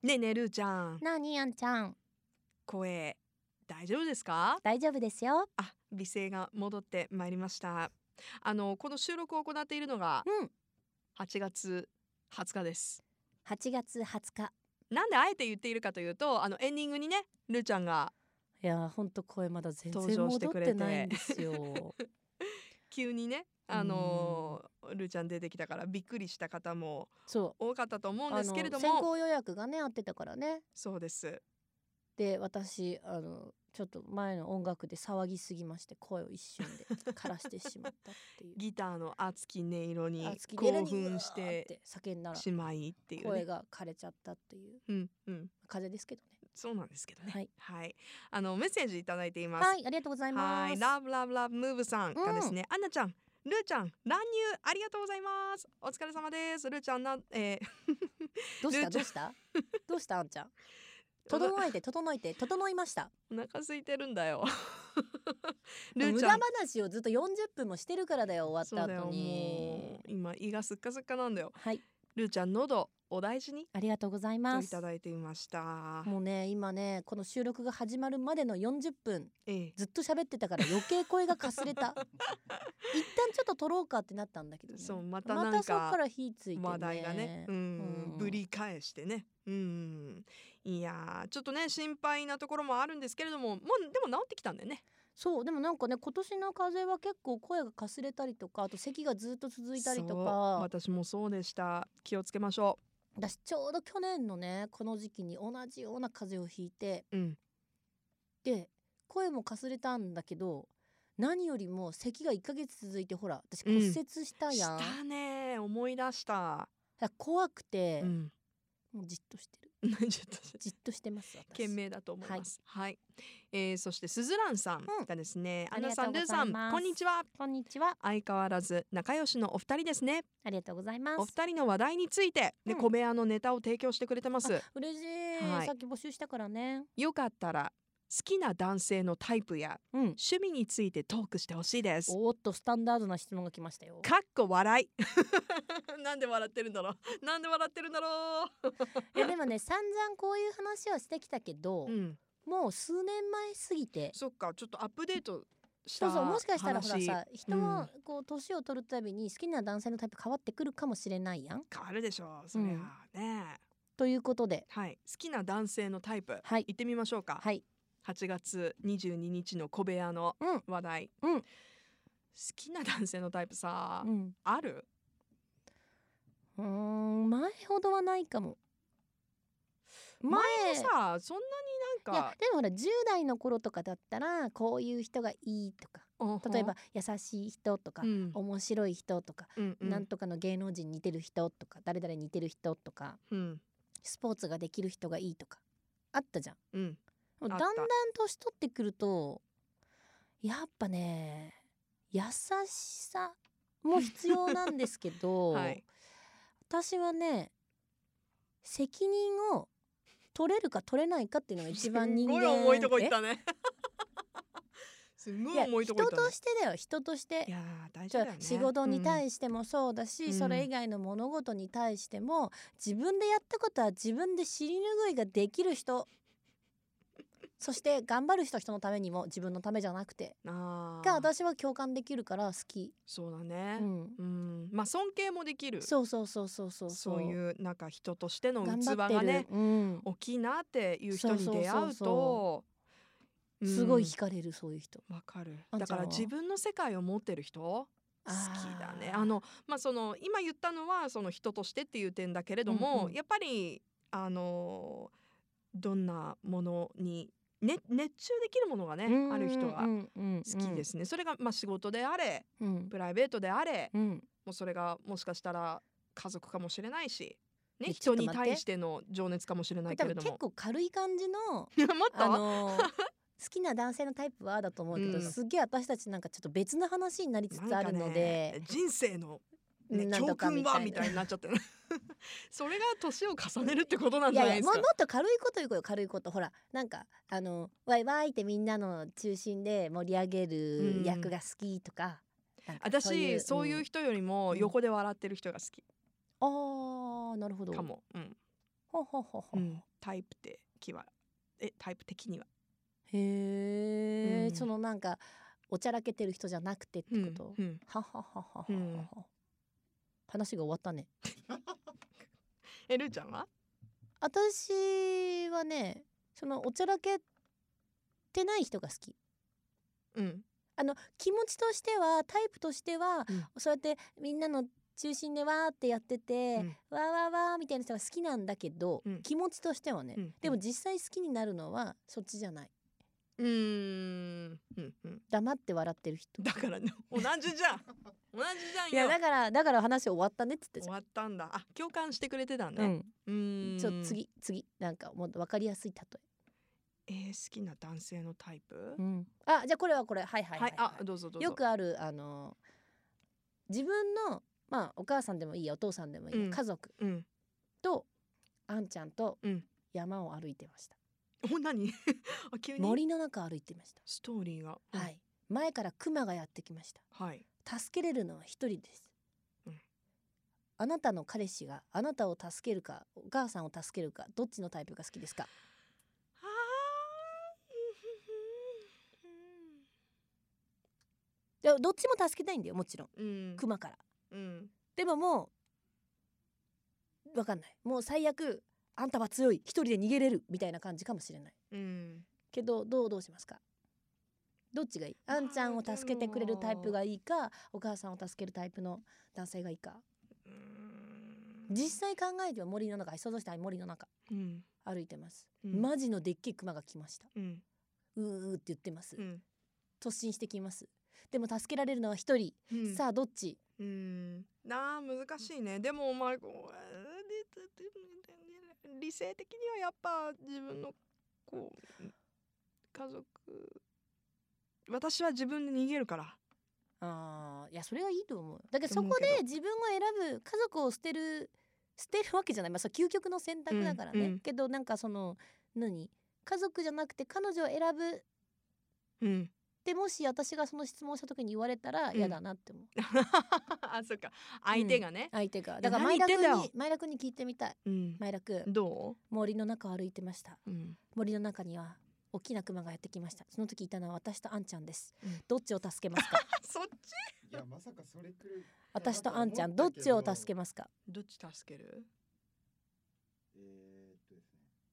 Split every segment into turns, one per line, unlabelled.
ねえねえるーちゃん、
なあにあんちゃん、
声大丈夫ですか？
大丈夫ですよ。
美声が戻ってまいりました。この収録を行っているのが
うん、
8月20日です。
8月20日。
なんであえて言っているかというと、エンディングにねるーちゃんが
いやほんと声まだ全
登
然
場してくれ
戻ってない
て
んですよ。
急にね
うーん
るーちゃん出てきたからびっくりした方も
そう
多かったと思うんですけれども、
先行予約がねあってたからね。
そうです。
で私ちょっと前の音楽で騒ぎすぎまして声を一瞬で枯らしてしまったっていう
ギターの熱き音色に
熱きゲル
興
にうわー
奮して
って叫んだら
しまいっていうね。
声が枯れちゃったっていう
うんうん、
風邪ですけどね。
そうなんですけどね。
はい、
はい、メッセージいただいています。
はい、ありがとうございます。
ラブラブラブムーブさんがですね、アンナちゃん、ルーちゃん、乱入ありがとうございます。お疲れ様です。ルーちゃんな、
どうした
ルーちゃん
どうしたあんちゃん。整いました。
お腹空いてるんだよ。ルー
無
ちゃん、
駄話をずっと40分もしてるからだよ、終わった後
そうだよ、
に。
もう今胃がすっかすっかなんだよ。
はい、
ルーちゃん、喉お大事に
ありがとうござい
と
ます
いただいていました。
もうね今ねこの収録が始まるまでの40分
ええ、
ずっと喋ってたから余計声がかすれた一旦ちょっと撮ろうかってなったんだけどね、
そうまたなんか
そっから火ついてね
話題がね、ぶり返してね、いやーちょっとね心配なところもあるんですけれども、でも治ってきたんだよね。
そうでもなんかね今年の風邪は結構声がかすれたりとかあと咳がずっと続いたりと
そう
か
私もそうでした。気をつけましょ
私ちょうど去年のねこの時期に同じような風邪をひいて
う。
で声もかすれたんだけど何よりも咳が1ヶ月続いてほら私骨折したやん、
したね、思い出した。
だから怖くて、
うん
もうじっとしてる
ちょっと
じっとしてます私
賢明だと思います。はい、そしてスズランさんがですね、アンナさん、ルーさん、こんにちは。
こんにちは。
相変わらず仲良しのお二人ですね。
ありがとうございます。
お二人の話題について、小部屋のネタを提供してくれてます。
嬉しい、
はい
さっき募集したからね。
よかったら好きな男性のタイプや趣味についてトークしてほしいです。
おっとスタンダードな質問が来ましたよ。
かっこ笑い。なんで笑ってるんだろう。なんで笑ってるんだろう。
いやでもね散々こういう話はしてきたけど、もう数年前すぎて
そっか、ちょっとアップデートした話。
そうもしかしたらほらさ人もこう年を取るたびに好きな男性のタイプ変わってくるかもしれないやん。
変わるでしょうそりゃね、
ということで、
はい、好きな男性のタイプ、
はい、
行ってみましょうか。
はい、
8月22日の小部屋の話題、好きな男性のタイプさ、ある？
前ほどはないかも。
前もさそんなになんか、
いやでもほら10代の頃とかだったらこういう人がいいとか、例えば優しい人とか、面白い人とか、なんとかの芸能人似てる人とか誰々似てる人とか、スポーツができる人がいいとかあったじゃん。だんだん年取ってくるとやっぱね優しさも必要なんですけど、私はね責任を取れるか取れないかっていうのが一番人間。
すごい重いとこ行ったね。すごい重いとこ行ったね。
人としてだよ、人として。
いや大事だよね。
仕事に対してもそうだし、それ以外の物事に対しても自分でやったことは自分で尻拭いができる人、そして頑張る人のためにも自分のためじゃなくてが私は共感できるから好き。
そうだね。まあ尊敬もできる。そういうなんか人としての器がね、大きいなっていう人に出会うと
すごい惹かれる。そういう人
わかる。だから自分の世界を持ってる人好きだね。その今言ったのはその人としてっていう点だけれども、やっぱりどんなものに熱中できるものがねある人が好きですね。それが仕事であれ、プライベートであれ、もうそれがもしかしたら家族かもしれないし、ね、人に対しての情熱かもしれないけれども、
結構軽い感じの
もっと
好きな男性のタイプはだと思うけど、すげえ私たちなんかちょっと別の話になりつつあるので、
人生の教訓はみたいになっちゃってる。それが年を重ねるってことなんじゃないですか。
もっと軽いこと言うよ。軽いこと、ほらなんかワイワイってみんなの中心で盛り上げる役が好きとか、
私そういう人よりも横で笑ってる人が好き。
あーなるほど
かも。 タイプ的はタイプ的には。
へえ、そのなんかおちゃらけてる人じゃなくてってこと、ははははは、話が終わったね。
ルーちゃんは？
私はね、そのおちゃらけてない人が好き。気持ちとしては、タイプとしては、そうやってみんなの中心でわーってやってて、わーわーわーみたいな人が好きなんだけど、気持ちとしてはね、でも実際好きになるのはそっちじゃない。黙って笑ってる人
だからね、同じじゃん同じじゃんよ。
いやだから話終わったねっつって。
終わったんだ。あ、共感してくれてたね。
次なんかもっと分かりやすい例
え。好きな男性のタイプ、
あ、じゃあこれはい、
あ、どうぞ。
よくある自分のお母さんでもいいや、お父さんでもいいや、家族とあんちゃんと山を歩いてました。
何急に
森の中歩いてました。
ストーリーが、
はい、前からクマがやってきました。助けれるのは一人です。あなたの彼氏があなたを助けるか、お母さんを助けるか、どっちのタイプが好きですか？どっちも助けたいんだよ、もちろん、クマから、でももう分かんない、もう最悪あんたは強い、一人で逃げれるみたいな感じかもしれない、けどどうしますか？どっちがいい？あんちゃんを助けてくれるタイプがいいか、お母さんを助けるタイプの男性がいいか。実際考えては森の中、想像して森の中、歩いてます、マジのでっけえクマが来ました、うーって言ってます、突進してきます。でも助けられるのは一人、さあどっち？
難しいね。でも理性的にはやっぱ自分の家族、私は自分で逃げるから。
いやそれはいいと思う。だけどそこで自分を選ぶ、家族を捨てるわけじゃない、それ究極の選択だからね、けどなんかその家族じゃなくて彼女を選ぶ、でもし私がその質問した時に言われたら嫌だなって思う。
あ、そっか、相手がね、
相手がだから前田君に聞いてみたい。前田君
どう？
森の中を歩いてました、森の中には大きなクマがやってきました。その時いたのは私とあんちゃんです、どっちを助けますか？
そっち？
いやまさかそれ来る。
私とあんちゃんどっちを助けますか？
どっち助ける？
ですね、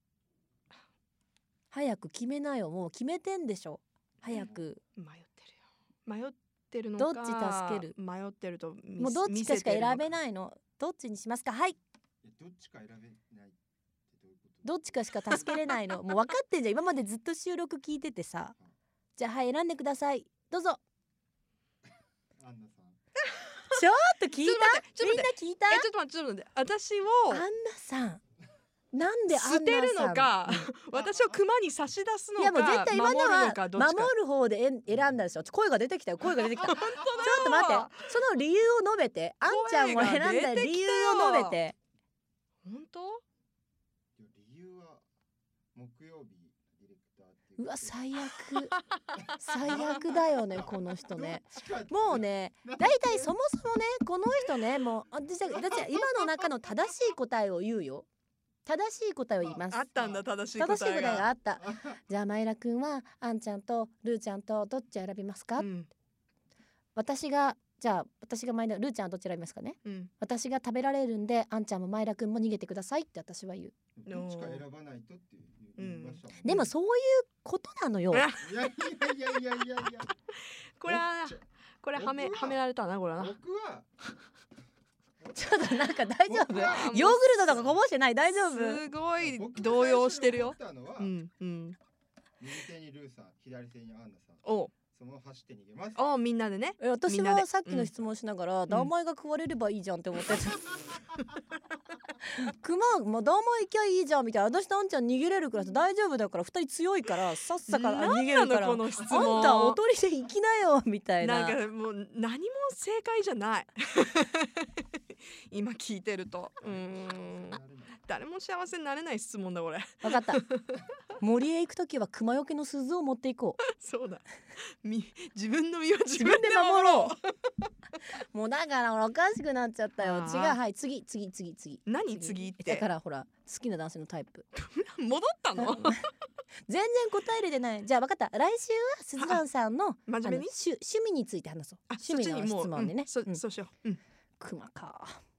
早く決めなよ。もう決めてんでしょ。早く。
迷ってるのか。
どっち助ける？
迷ってると
もうどっちかしか選べないの。どっちにしますか？はい。
どっちか選べないってどういうこと？
どっちかしか助けれないの。もう分かってんじゃん。今までずっと収録聞いててさ。じゃあはい選んでください。どうぞ。
アンナさん。
ちょっと聞いた？みんな聞いた？
ちょっと待って。私を
アンナさん。なんで
捨てるのか、私をクマに差し出すのか、いやもう絶対今のは
守る方で選んだでしょ。声が出てきたよ。ちょっと待って、その理由を述べて。あんちゃんを選んだ理由を述べて。
本当？
理由は木曜日ディレクターって
うわ最悪だよねこの人ね。もうね、だいたいそもそもねこの人ね、もう私今の中の正しい答えを言うよ。正しい答えを言います。
あったんだ、正しい答え
があった。じゃあ前田くんはあんちゃんとルーちゃんとどっち選びますか？私が前田、ルーちゃんはどっち選びますかね？私が食べられるんであんちゃんも前田くんも逃げてくださいって私は言う。
どっちか選ばないとって言いましたもんね。
でもそういうことなのよ。
いや
これはめられたなこれな。
僕は
ちょっとなんか大丈夫？ヨーグルトとかこぼしてない？大丈夫？
すごい動揺してるよ。
右手にルーさん、左手にアンナさん。
お、
その走って逃げます。
お、みんなでね。
私はさっきの質問しながらダーマイが食われればいいじゃんって思ってた。クマもダーマイ行きゃいいじゃんみたいな。私とあんちゃん逃げれるから大丈夫だから、2人強いからさっさか逃げるから、
この質問
あんたおとりで行きなよみたいな。
なんかもう何も正解じゃない。今聞いてるとダ誰も幸せになれない質問だこれ。
分かった森へ行くときは熊よけの鈴を持っていこう。
そうだ、自分の身は自分で守ろ
うもうだからおかしくなっちゃったよ。違う、はい、次
何次って。
だからほら好きな男性のタイプ
戻ったの
全然答えれてない。じゃあ分かった、来週はすずらんさんの
真面目に
趣味について話そう。趣味の質問でね、
そうしよう。
熊か。